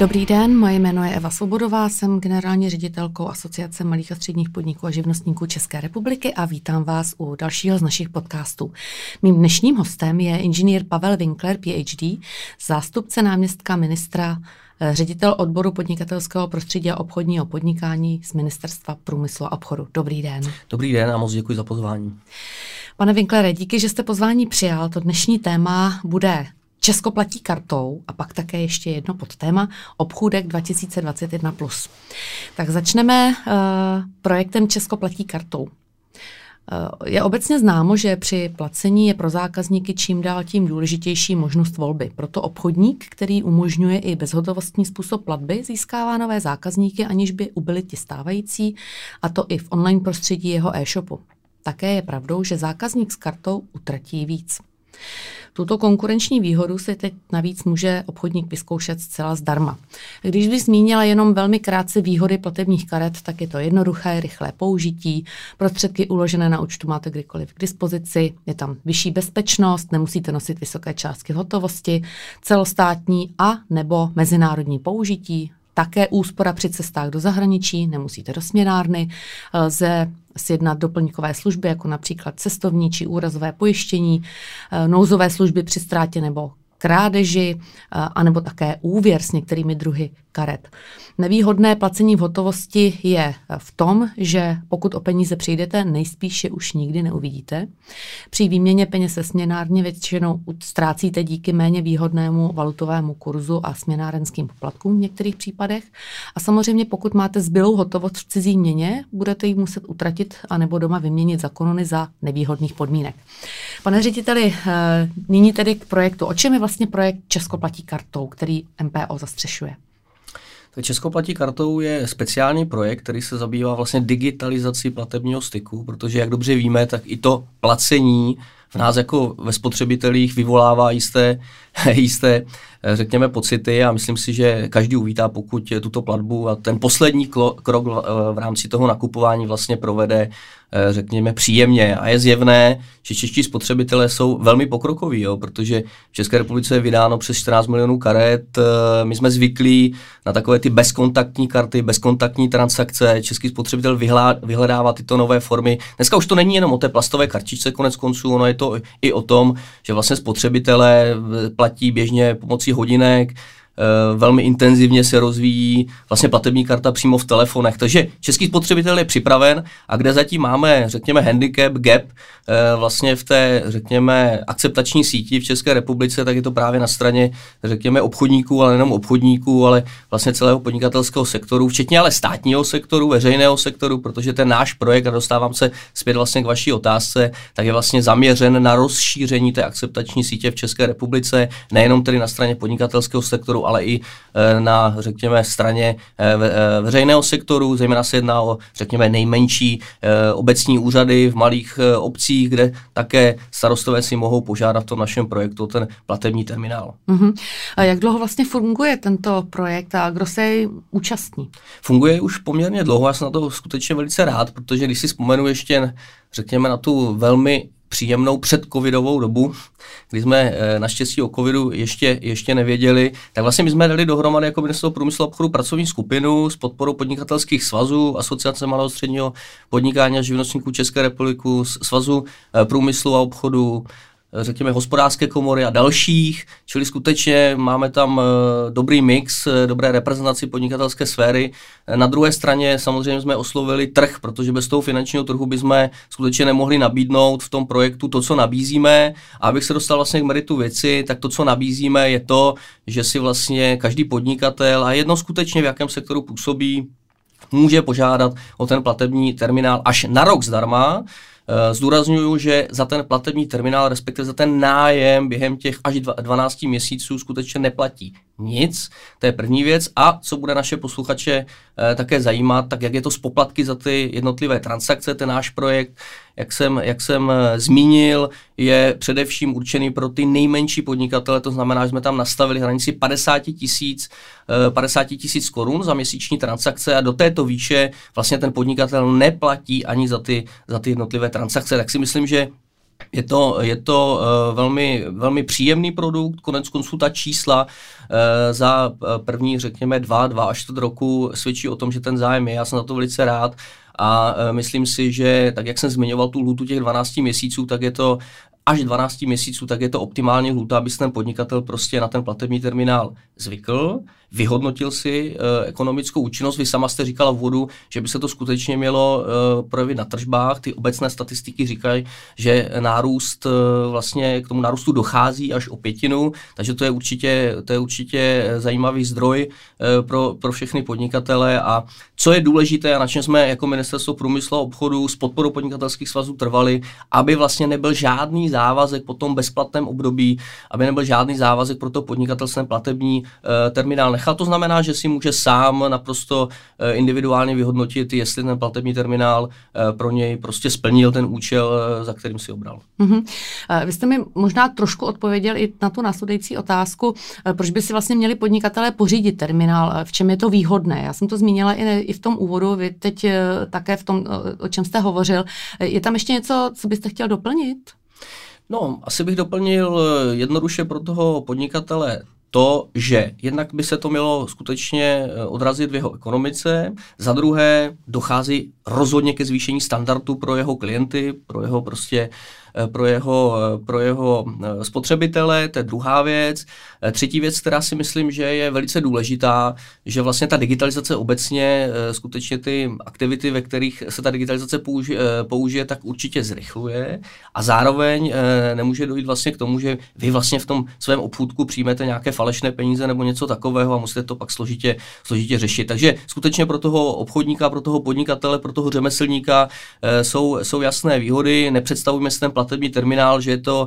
Dobrý den, moje jméno je Eva Svobodová, jsem generální ředitelkou Asociace malých a středních podniků a živnostníků České republiky a vítám vás u dalšího z našich podcastů. Mým dnešním hostem je inženýr Pavel Winkler, PhD, zástupce náměstka ministra, ředitel odboru podnikatelského prostředí a obchodního podnikání z Ministerstva průmyslu a obchodu. Dobrý den. Dobrý den a moc děkuji za pozvání. Pane Winklere, díky, že jste pozvání přijal. To dnešní téma bude Česko platí kartou a pak také ještě jedno podtéma Obchůdek 2021+. Tak začneme projektem Česko platí kartou. Je obecně známo, že při placení je pro zákazníky čím dál tím důležitější možnost volby. Proto obchodník, který umožňuje i bezhotovostní způsob platby, získává nové zákazníky, aniž by ubyli ti stávající, a to i v online prostředí jeho e-shopu. Také je pravdou, že zákazník s kartou utratí víc. Tuto konkurenční výhodu si teď navíc může obchodník vyzkoušet zcela zdarma. Když bych zmínila jenom velmi krátce výhody platebních karet, tak je to jednoduché, rychlé použití, prostředky uložené na účtu máte kdykoliv k dispozici, je tam vyšší bezpečnost, nemusíte nosit vysoké částky hotovosti, celostátní a nebo mezinárodní použití, také úspora při cestách do zahraničí, nemusíte do směnárny, lze sjednat doplňkové služby, jako například cestovní či úrazové pojištění, nouzové služby při ztrátě nebo krádeži, anebo také úvěr s některými druhy karet. Nevýhodné placení v hotovosti je v tom, že pokud o peníze přijdete, nejspíš je už nikdy neuvidíte. Při výměně peněz se směnárně většinou ztrácíte díky méně výhodnému valutovému kurzu a směnárenským poplatkům v některých případech. A samozřejmě pokud máte zbylou hotovost v cizí měně, budete ji muset utratit anebo doma vyměnit za koruny za nevýhodných podmínek. Pane řediteli, nyní tedy k projektu. O čem je vlastně projekt Česko platí kartou, který MPO zastřešuje? Česko platí kartou je speciální projekt, který se zabývá vlastně digitalizací platebního styku, protože jak dobře víme, tak i to placení v nás jako ve spotřebitelích vyvolává jisté, řekněme, pocity a myslím si, že každý uvítá, pokud tuto platbu a ten poslední krok v rámci toho nakupování vlastně provede, řekněme, příjemně. A je zjevné, že čeští spotřebitelé jsou velmi pokrokoví, jo, protože v České republice je vydáno přes 14 milionů karet. My jsme zvyklí na takové ty bezkontaktní karty, bezkontaktní transakce. Český spotřebitel vyhledává tyto nové formy. Dneska už to není jenom o té plastové kartičce, konec konců, ono je to i o tom, že vlastně spotřebitelé platí běžně pomocí hodinek, velmi intenzivně se rozvíjí vlastně platební karta přímo v telefonech. Takže český spotřebitel je připraven a kde zatím máme, řekněme, handicap, gap vlastně v té, řekněme, akceptační síti v České republice, tak je to právě na straně, řekněme, obchodníků, ale nejenom obchodníků, ale vlastně celého podnikatelského sektoru, včetně ale státního sektoru, veřejného sektoru, protože ten náš projekt, a dostávám se zpět vlastně k vaší otázce, tak je vlastně zaměřen na rozšíření té akceptační sítě v České republice, nejenom tedy na straně podnikatelského sektoru, ale i na, řekněme, straně veřejného sektoru, zejména se jedná o, řekněme, nejmenší obecní úřady v malých obcích, kde také starostové si mohou požádat v tom našem projektu ten platební terminál. A jak dlouho vlastně funguje tento projekt a kdo se jej účastní? Funguje už poměrně dlouho, já jsem na to skutečně velice rád, protože když si vzpomenu ještě, řekněme, na tu velmi příjemnou předcovidovou dobu, kdy jsme naštěstí o covidu ještě nevěděli, tak vlastně my jsme dali dohromady jako Ministerstvo průmyslu a obchodu pracovní skupinu s podporou podnikatelských svazů, Asociace malého středního podnikání a živnostníků České republiky, Svazu průmyslu a obchodu, řekněme, hospodářské komory a dalších, čili skutečně máme tam dobrý mix, dobré reprezentaci podnikatelské sféry. Na druhé straně samozřejmě jsme oslovili trh, protože bez toho finančního trhu bychom skutečně nemohli nabídnout v tom projektu to, co nabízíme. A abych se dostal vlastně k meritu věci, tak to, co nabízíme, je to, že si vlastně každý podnikatel a jedno skutečně v jakém sektoru působí, může požádat o ten platební terminál až na rok zdarma. Zdůrazňuju, že za ten platební terminál, respektive za ten nájem během těch až 12 měsíců skutečně neplatí nic. To je první věc. A co bude naše posluchače také zajímat, tak jak je to s poplatky za ty jednotlivé transakce, ten náš projekt, jak jsem zmínil, je především určený pro ty nejmenší podnikatele, to znamená, že jsme tam nastavili hranici 50 tisíc korun za měsíční transakce a do této výše vlastně ten podnikatel neplatí ani za ty jednotlivé transakce. Tak si myslím, že Je to velmi, velmi příjemný produkt, koneckonců ta čísla za první, řekněme, 2 až 4 roku svědčí o tom, že ten zájem je. Já jsem na to velice rád a myslím si, že tak, jak jsem zmiňoval tu lhůtu těch 12 měsíců, tak je to až 12 měsíců, tak je to optimální lhůta, aby se ten podnikatel prostě na ten platební terminál zvykl, vyhodnotil si ekonomickou účinnost. Vy sama jste říkala v úvodu, že by se to skutečně mělo projevit na tržbách. Ty obecné statistiky říkají, že nárůst vlastně k tomu nárůstu dochází až o 1/5, takže to je určitě zajímavý zdroj pro všechny podnikatele. A co je důležité a na čem jsme jako Ministerstvo průmyslu a obchodu s podporou podnikatelských svazů trvali, aby vlastně nebyl žádný závazek po tom bezplatném období, aby nebyl žádný závazek pro to podnikatelské platební terminál nechat. To znamená, že si může sám naprosto individuálně vyhodnotit, jestli ten platební terminál pro něj prostě splnil ten účel, za kterým si obral. Mm-hmm. Vy jste mi možná trošku odpověděl i na tu následující otázku, proč by si vlastně měli podnikatelé pořídit terminál, v čem je to výhodné. Já jsem to zmínila i v tom úvodu, vy teď také v tom, o čem jste hovořil. Je tam ještě něco, co byste chtěl doplnit? No, asi bych doplnil jednoduše pro toho podnikatele to, že jednak by se to mělo skutečně odrazit v jeho ekonomice, za druhé dochází rozhodně ke zvýšení standardu pro jeho klienty, pro jeho spotřebitele, to je druhá věc. Třetí věc, která si myslím, že je velice důležitá, že vlastně ta digitalizace obecně, skutečně ty aktivity, ve kterých se ta digitalizace použije, tak určitě zrychluje a zároveň nemůže dojít vlastně k tomu, že vy vlastně v tom svém obchůdku přijmete nějaké falešné peníze nebo něco takového a musíte to pak složitě řešit. Takže skutečně pro toho obchodníka, pro toho podnikatele, pro toho řemeslníka jsou jasné výhody. Nepředstavujme si ten platební terminál, že je to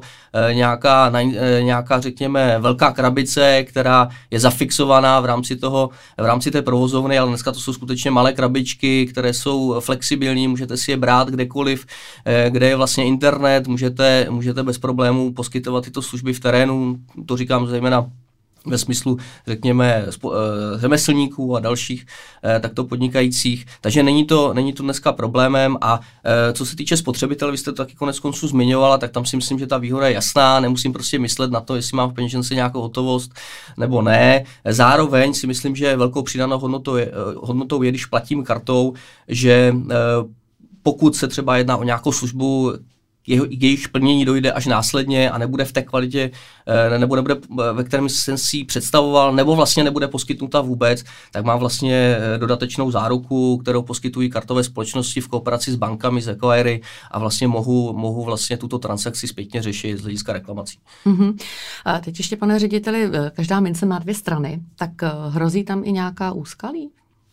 nějaká, řekněme, velká krabice, která je zafixovaná v rámci té provozovny, ale dneska to jsou skutečně malé krabičky, které jsou flexibilní, můžete si je brát kdekoliv, kde je vlastně internet, můžete bez problémů poskytovat tyto služby v terénu, to říkám zejména ve smyslu, řekněme, řemeslníků a dalších takto podnikajících. Takže není to dneska problémem a co se týče spotřebitele, vy jste to taky koneckonců zmiňovala, tak tam si myslím, že ta výhoda je jasná, nemusím prostě myslet na to, jestli mám v peněžence nějakou hotovost nebo ne. Zároveň si myslím, že velkou přidanou hodnotou je, když platím kartou, že pokud se třeba jedná o nějakou službu, jejíž plnění dojde až následně a nebude v té kvalitě, nebo nebude, ve kterém jsem si ji představoval, nebo vlastně nebude poskytnuta vůbec, tak mám vlastně dodatečnou záruku, kterou poskytují kartové společnosti v kooperaci s bankami, s acquiry a vlastně mohu vlastně tuto transakci zpětně řešit z hlediska reklamací. Mm-hmm. A teď ještě, pane řediteli, každá mince má 2 strany, tak hrozí tam i nějaká úskalí?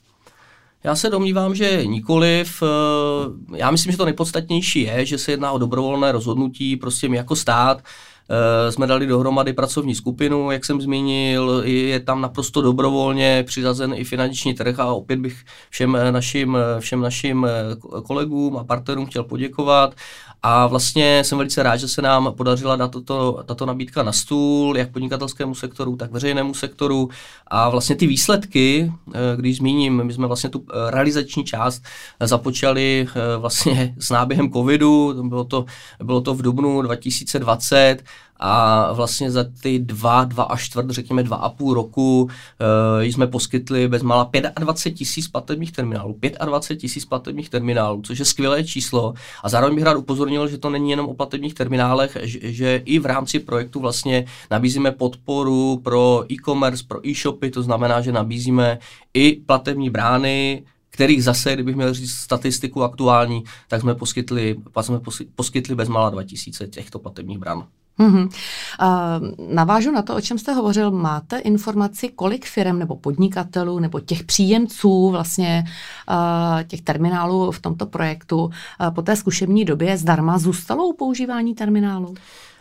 Já se domnívám, že nikoliv. Já myslím, že to nejpodstatnější je, že se jedná o dobrovolné rozhodnutí. Prostě my jako stát jsme dali dohromady pracovní skupinu, jak jsem zmínil, je tam naprosto dobrovolně přiřazen i finanční trh a opět bych všem našim kolegům a partnerům chtěl poděkovat. A vlastně jsem velice rád, že se nám podařila dát tato nabídka na stůl, jak podnikatelskému sektoru, tak veřejnému sektoru. A vlastně ty výsledky, když zmíním, my jsme vlastně tu realizační část započali vlastně s náběhem covidu, bylo to v dubnu 2020, a vlastně za ty 2 až 4, řekněme 2,5 roku jsme poskytli bezmála 25 000 platebních terminálů. 25 000 platebních terminálů, což je skvělé číslo. A zároveň bych rád upozornil, že to není jenom o platebních terminálech, že i v rámci projektu vlastně nabízíme podporu pro e-commerce, pro e-shopy, to znamená, že nabízíme i platební brány, kterých zase, kdybych měl říct statistiku aktuální, tak jsme poskytli bezmála 2000 těchto platebních brán. Mm-hmm. Navážu na to, o čem jste hovořil. Máte informaci, kolik firem nebo podnikatelů nebo těch příjemců vlastně těch terminálů v tomto projektu po té zkušební době zdarma zůstalo u používání terminálu?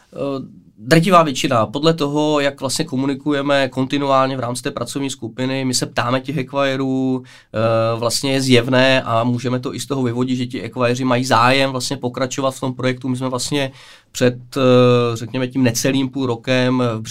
Drtivá většina. Podle toho, jak vlastně komunikujeme kontinuálně v rámci té pracovní skupiny, my se ptáme těch acquirerů, vlastně je zjevné a můžeme to i z toho vyvodit, že ti acquireři mají zájem vlastně pokračovat v tom projektu. My jsme vlastně před, řekněme, tím necelým půl rokem v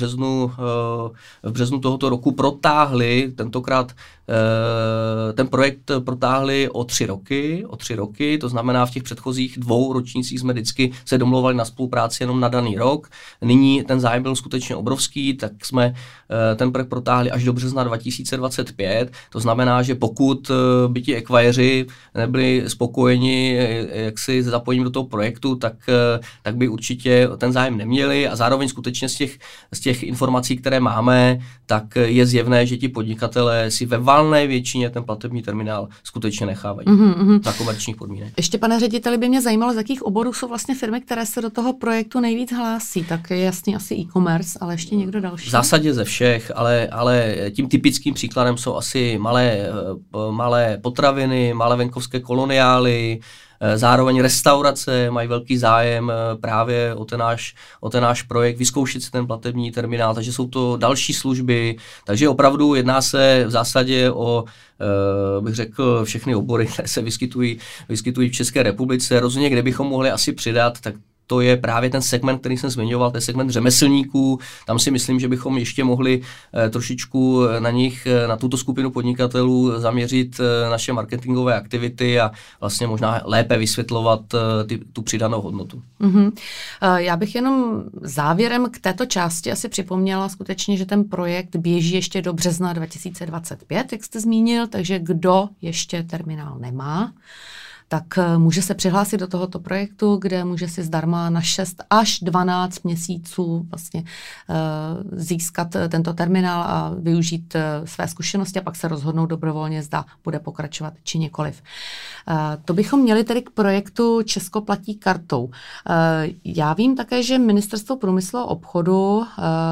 březnu tohoto roku protáhli, tentokrát ten projekt protáhli o 3 roky, to znamená v těch předchozích 2 ročnících jsme vždycky se domlouvali na spolupráci jenom na daný rok. Nyní ten zájem byl skutečně obrovský, tak jsme ten projekt protáhli až do března 2025. To znamená, že pokud by ti ekvajeři nebyli spokojeni jaksi zapojením do toho projektu, tak by určitě ten zájem neměli a zároveň skutečně z těch informací, které máme, tak je zjevné, že ti podnikatelé si ve valné většině ten platební terminál skutečně nechávají za komerčních podmínek. Ještě, pane řediteli, by mě zajímalo, z jakých oborů jsou vlastně firmy, které se do toho projektu nejvíc hlásí. Tak je jasný asi e-commerce, ale ještě někdo další? V zásadě ze všech, ale tím typickým příkladem jsou asi malé potraviny, malé venkovské koloniály, zároveň restaurace mají velký zájem právě o ten náš projekt, vyzkoušet si ten platební terminál, takže jsou to další služby, takže opravdu jedná se v zásadě o, bych řekl, všechny obory, které se vyskytují v České republice. Rozhodně, kde bychom mohli asi přidat, tak to je právě ten segment, který jsem zmiňoval, ten segment řemeslníků. Tam si myslím, že bychom ještě mohli trošičku na tuto skupinu podnikatelů zaměřit naše marketingové aktivity a vlastně možná lépe vysvětlovat tu přidanou hodnotu. Já bych jenom závěrem k této části asi připomněla skutečně, že ten projekt běží ještě do března 2025, jak jste zmínil, takže kdo ještě terminál nemá, tak může se přihlásit do tohoto projektu, kde může si zdarma na 6 až 12 měsíců vlastně získat tento terminál a využít své zkušenosti a pak se rozhodnout dobrovolně, zda bude pokračovat či nikoliv. To bychom měli tedy k projektu Česko platí kartou. Já vím také, že Ministerstvo průmyslu a obchodu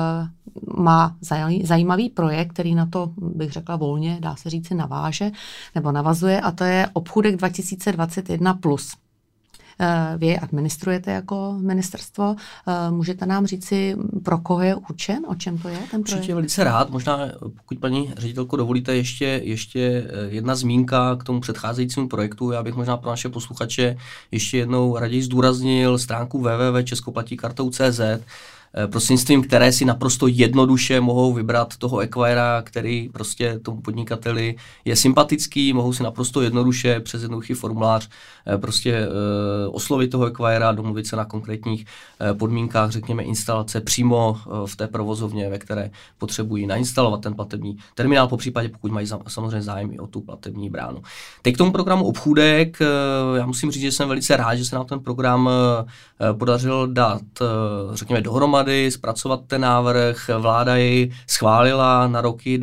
má zajímavý projekt, který na to, bych řekla volně, dá se říci, naváže nebo navazuje, a to je Obchůdek 2021+. Vy je administrujete jako ministerstvo. Můžete nám říci, pro koho je určen, o čem to je ten projekt? Určitě velice rád. Možná, pokud paní ředitelko dovolíte, ještě jedna zmínka k tomu předcházejícímu projektu. Já bych možná pro naše posluchače ještě jednou raději zdůraznil stránku www.českoplatíkartou.cz, prostřednictvím které si naprosto jednoduše mohou vybrat toho ekvajera, který prostě tomu podnikateli je sympatický, mohou si naprosto jednoduše přes jednoduchý formulář prostě oslovit toho ekvajera, domluvit se na konkrétních podmínkách, řekněme instalace přímo v té provozovně, ve které potřebují nainstalovat ten platební terminál, popřípadě pokud mají samozřejmě zájem i o tu platební bránu. Teď k tomu programu Obchůdek, já musím říct, že jsem velice rád, že se nám ten program podařilo dát, řekněme, dohromady, zpracovat ten návrh. Vláda ji schválila na roky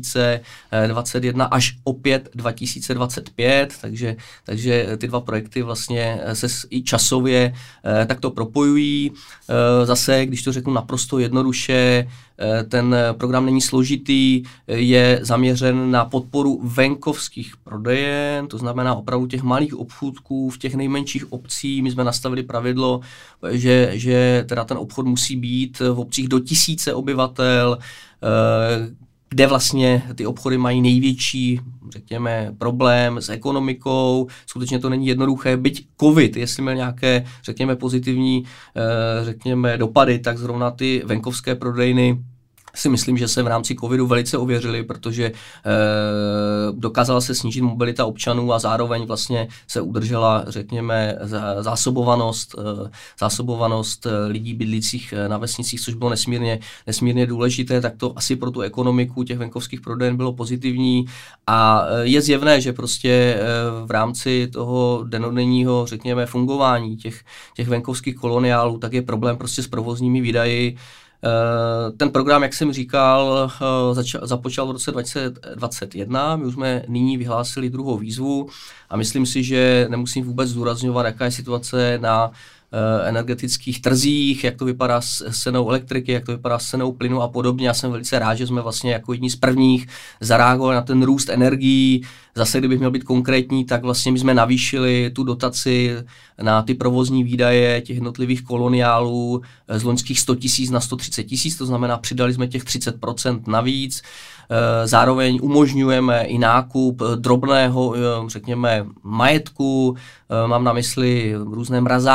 2021 až opět 2025, takže ty dva projekty vlastně se i časově takto propojují. Zase, když to řeknu naprosto jednoduše, ten program není složitý, je zaměřen na podporu venkovských prodejen, to znamená opravdu těch malých obchůdků v těch nejmenších obcí. My jsme nastavili pravidlo, že teda ten obchod musí být v obcích do 1000 obyvatel, kde vlastně ty obchody mají největší, řekněme, problém s ekonomikou. Skutečně to není jednoduché, byť covid, jestli měl nějaké, řekněme, pozitivní, řekněme, dopady, tak zrovna ty venkovské prodejny si myslím, že se v rámci covidu velice ověřili, protože dokázala se snížit mobilita občanů a zároveň vlastně se udržela, řekněme, zásobovanost lidí bydlících na vesnicích, což bylo nesmírně důležité, tak to asi pro tu ekonomiku těch venkovských prodejen bylo pozitivní a je zjevné, že prostě v rámci toho dennodenního, řekněme, fungování těch venkovských koloniálů, tak je problém prostě s provozními výdaji. Ten program, jak jsem říkal, započal v roce 2021, my už jsme nyní vyhlásili druhou výzvu a myslím si, že nemusím vůbec zdůrazňovat, jaká je situace na energetických trzích, jak to vypadá s cenou elektriky, jak to vypadá s cenou plynu a podobně. Já jsem velice rád, že jsme vlastně jako jedni z prvních zareagovali na ten růst energií. Zase, kdybych měl být konkrétní, tak vlastně my jsme navýšili tu dotaci na ty provozní výdaje těch jednotlivých koloniálů z loňských 100 000 na 130 000, to znamená přidali jsme těch 30% navíc. Zároveň umožňujeme i nákup drobného, řekněme, majetku, mám na mysli různé mrazáky,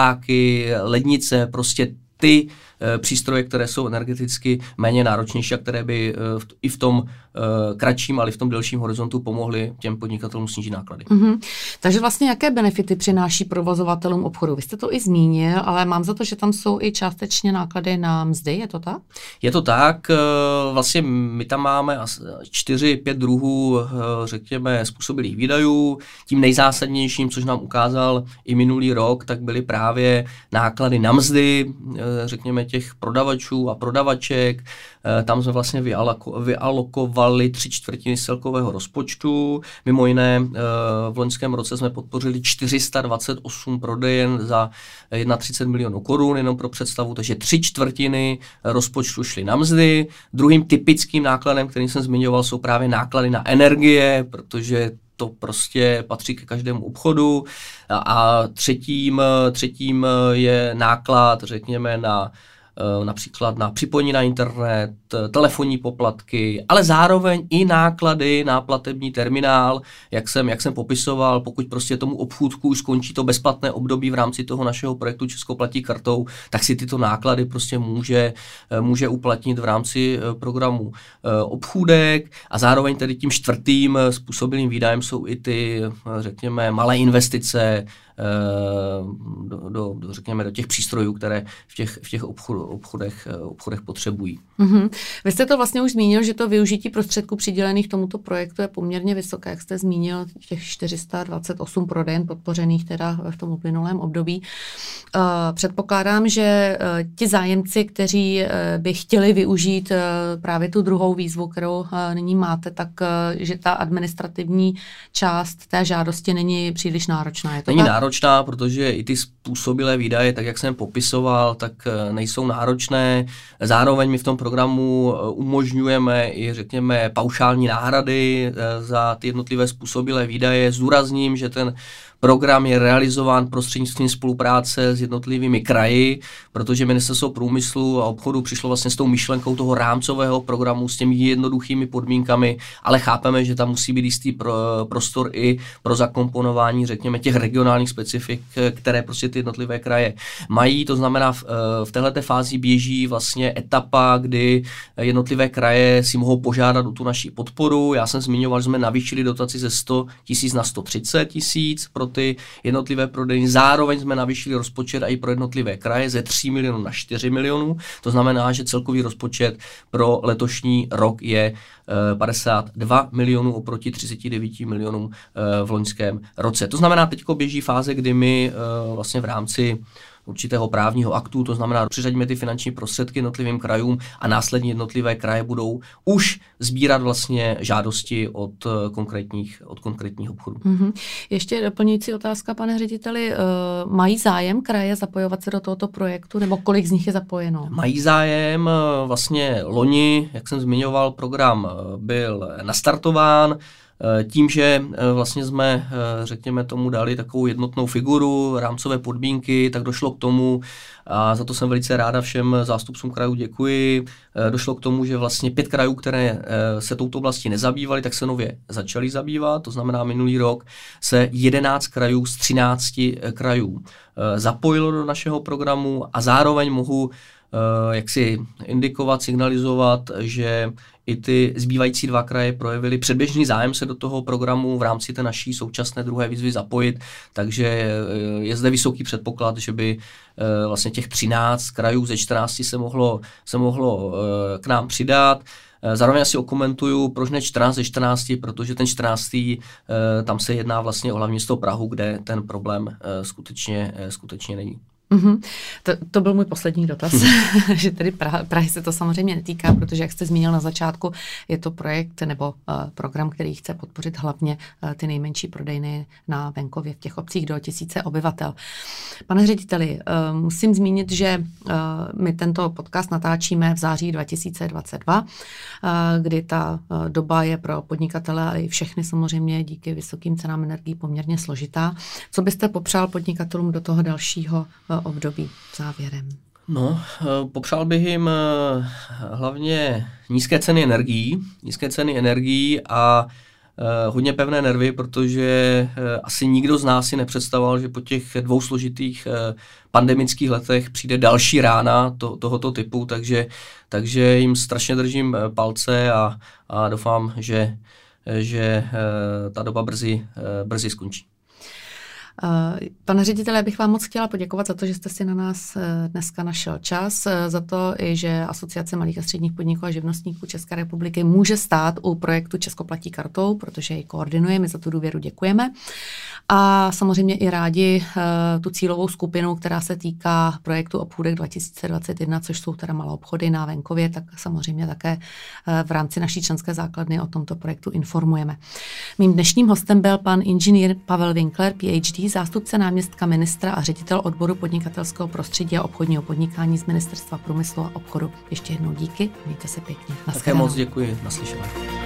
chladničky, lednice, prostě ty přístroje, které jsou energeticky méně náročnější a které by i v tom kratším, ale i v tom delším horizontu pomohly těm podnikatelům snížit náklady. Takže vlastně jaké benefity přináší provozovatelům obchodu? Vy jste to i zmínil, ale mám za to, že tam jsou i částečně náklady na mzdy, je to tak? Je to tak. Vlastně my tam máme 4-5 druhů, řekněme, způsobilých výdajů. Tím nejzásadnějším, což nám ukázal i minulý rok, tak byly právě náklady na mzdy, řekněme, těch prodavačů a prodavaček. Tam jsme vlastně vyalokovali 3/4 z celkového rozpočtu. Mimo jiné v loňském roce jsme podpořili 428 prodejen za 31 milionů korun, jenom pro představu, takže 3/4 rozpočtu šly na mzdy. Druhým typickým nákladem, který jsem zmiňoval, jsou právě náklady na energie, protože to prostě patří ke každému obchodu. A třetím je náklad, řekněme, například na připojení na internet, telefonní poplatky, ale zároveň i náklady na platební terminál, jak jsem popisoval, pokud prostě tomu obchůdku už skončí to bezplatné období v rámci toho našeho projektu Česko platí kartou, tak si tyto náklady prostě může uplatnit v rámci programu obchůdek a zároveň tedy tím čtvrtým způsobilým výdajem jsou i ty, řekněme, malé investice řekněme, do těch přístrojů, které v těch obchodech potřebují. Vy jste to vlastně už zmínil, že to využití prostředků přidělených tomuto projektu je poměrně vysoké, jak jste zmínil, těch 428 prodejen podpořených teda v tom uplynulém období. Předpokládám, že ti zájemci, kteří by chtěli využít právě tu druhou výzvu, kterou nyní máte, tak že ta administrativní část té žádosti není příliš náročná. Je to není tak? Náročná, protože i ty způsobilé výdaje, tak jak jsem popisoval, tak nejsou náročné. Zároveň my v tom programu umožňujeme i, řekněme, paušální náhrady za ty jednotlivé způsobilé výdaje. Zdůrazním, že ten program je realizován prostřednictvím spolupráce s jednotlivými kraji, protože Ministerstvo průmyslu a obchodu přišlo vlastně s tou myšlenkou toho rámcového programu s těmi jednoduchými podmínkami, ale chápeme, že tam musí být jistý prostor i pro zakomponování, řekněme, těch regionálních specifik, které prostě ty jednotlivé kraje mají. To znamená, v téhleté fázi běží vlastně etapa, kdy jednotlivé kraje si mohou požádat o tu naši podporu. Já jsem zmiňoval, že jsme navýšili dotaci ze 100 000 na 130 000 pro ty jednotlivé prodejny. Zároveň jsme navýšili rozpočet i pro jednotlivé kraje ze 3 milionů na 4 milionů. To znamená, že celkový rozpočet pro letošní rok je 52 milionů oproti 39 milionům v loňském roce. To znamená, teďko běží fáze, kdy my vlastně v rámci určitého právního aktu, to znamená, přiřadíme ty finanční prostředky jednotlivým krajům a následně jednotlivé kraje budou už sbírat vlastně žádosti od konkrétních obchodů. Ještě doplňující otázka, pane řediteli, mají zájem kraje zapojovat se do tohoto projektu, nebo kolik z nich je zapojeno? Mají zájem, vlastně loni, jak jsem zmiňoval, program byl nastartován. Tím, že vlastně jsme, řekněme, tomu dali takovou jednotnou figuru, rámcové podmínky, tak došlo k tomu, a za to jsem velice ráda všem zástupcům krajů děkuji, došlo k tomu, že vlastně 5 krajů, které se touto oblastí nezabývaly, tak se nově začaly zabývat, to znamená minulý rok se 11 krajů z 13 krajů zapojilo do našeho programu a zároveň mohu jaksi indikovat, signalizovat, že i ty zbývající 2 kraje projevily předběžný zájem se do toho programu v rámci té naší současné druhé výzvy zapojit, takže je zde vysoký předpoklad, že by vlastně těch 13 krajů ze 14 se mohlo k nám přidat. Zároveň asi okomentuju, proč ne 14 ze 14, protože ten 14. tam se jedná vlastně o hlavní město Prahu, kde ten problém skutečně není. To byl můj poslední dotaz, že tedy Prahy se to samozřejmě netýká, protože jak jste zmínil na začátku, je to projekt nebo program, který chce podpořit hlavně ty nejmenší prodejny na venkově v těch obcích do 1000 obyvatel. Pane řediteli, musím zmínit, že my tento podcast natáčíme v září 2022, kdy ta doba je pro podnikatele a i všechny samozřejmě díky vysokým cenám energií poměrně složitá. Co byste popřál podnikatelům do toho dalšího období závěrem? No, popřál bych jim hlavně nízké ceny energií a hodně pevné nervy, protože asi nikdo z nás si nepředstavoval, že po těch 2 složitých pandemických letech přijde další rána tohoto typu, takže jim strašně držím palce a doufám, že ta doba brzy skončí. Pane řediteli, já bych vám moc chtěla poděkovat za to, že jste si na nás dneska našel čas, za to, že Asociace malých a středních podniků a živnostníků České republiky může stát u projektu Česko platí kartou, protože ji koordinuje, my za tu důvěru děkujeme. A samozřejmě i rádi tu cílovou skupinu, která se týká projektu Obchůdek 2021, což jsou teda malé obchody na venkově, tak samozřejmě také v rámci naší členské základny o tomto projektu informujeme. Mým dnešním hostem byl pan inženýr Pavel Winkler, PhD, zástupce náměstka ministra a ředitel odboru podnikatelského prostředí a obchodního podnikání z Ministerstva průmyslu a obchodu. Ještě jednou díky, mějte se pěkně. Také moc děkuji, naslyšenou.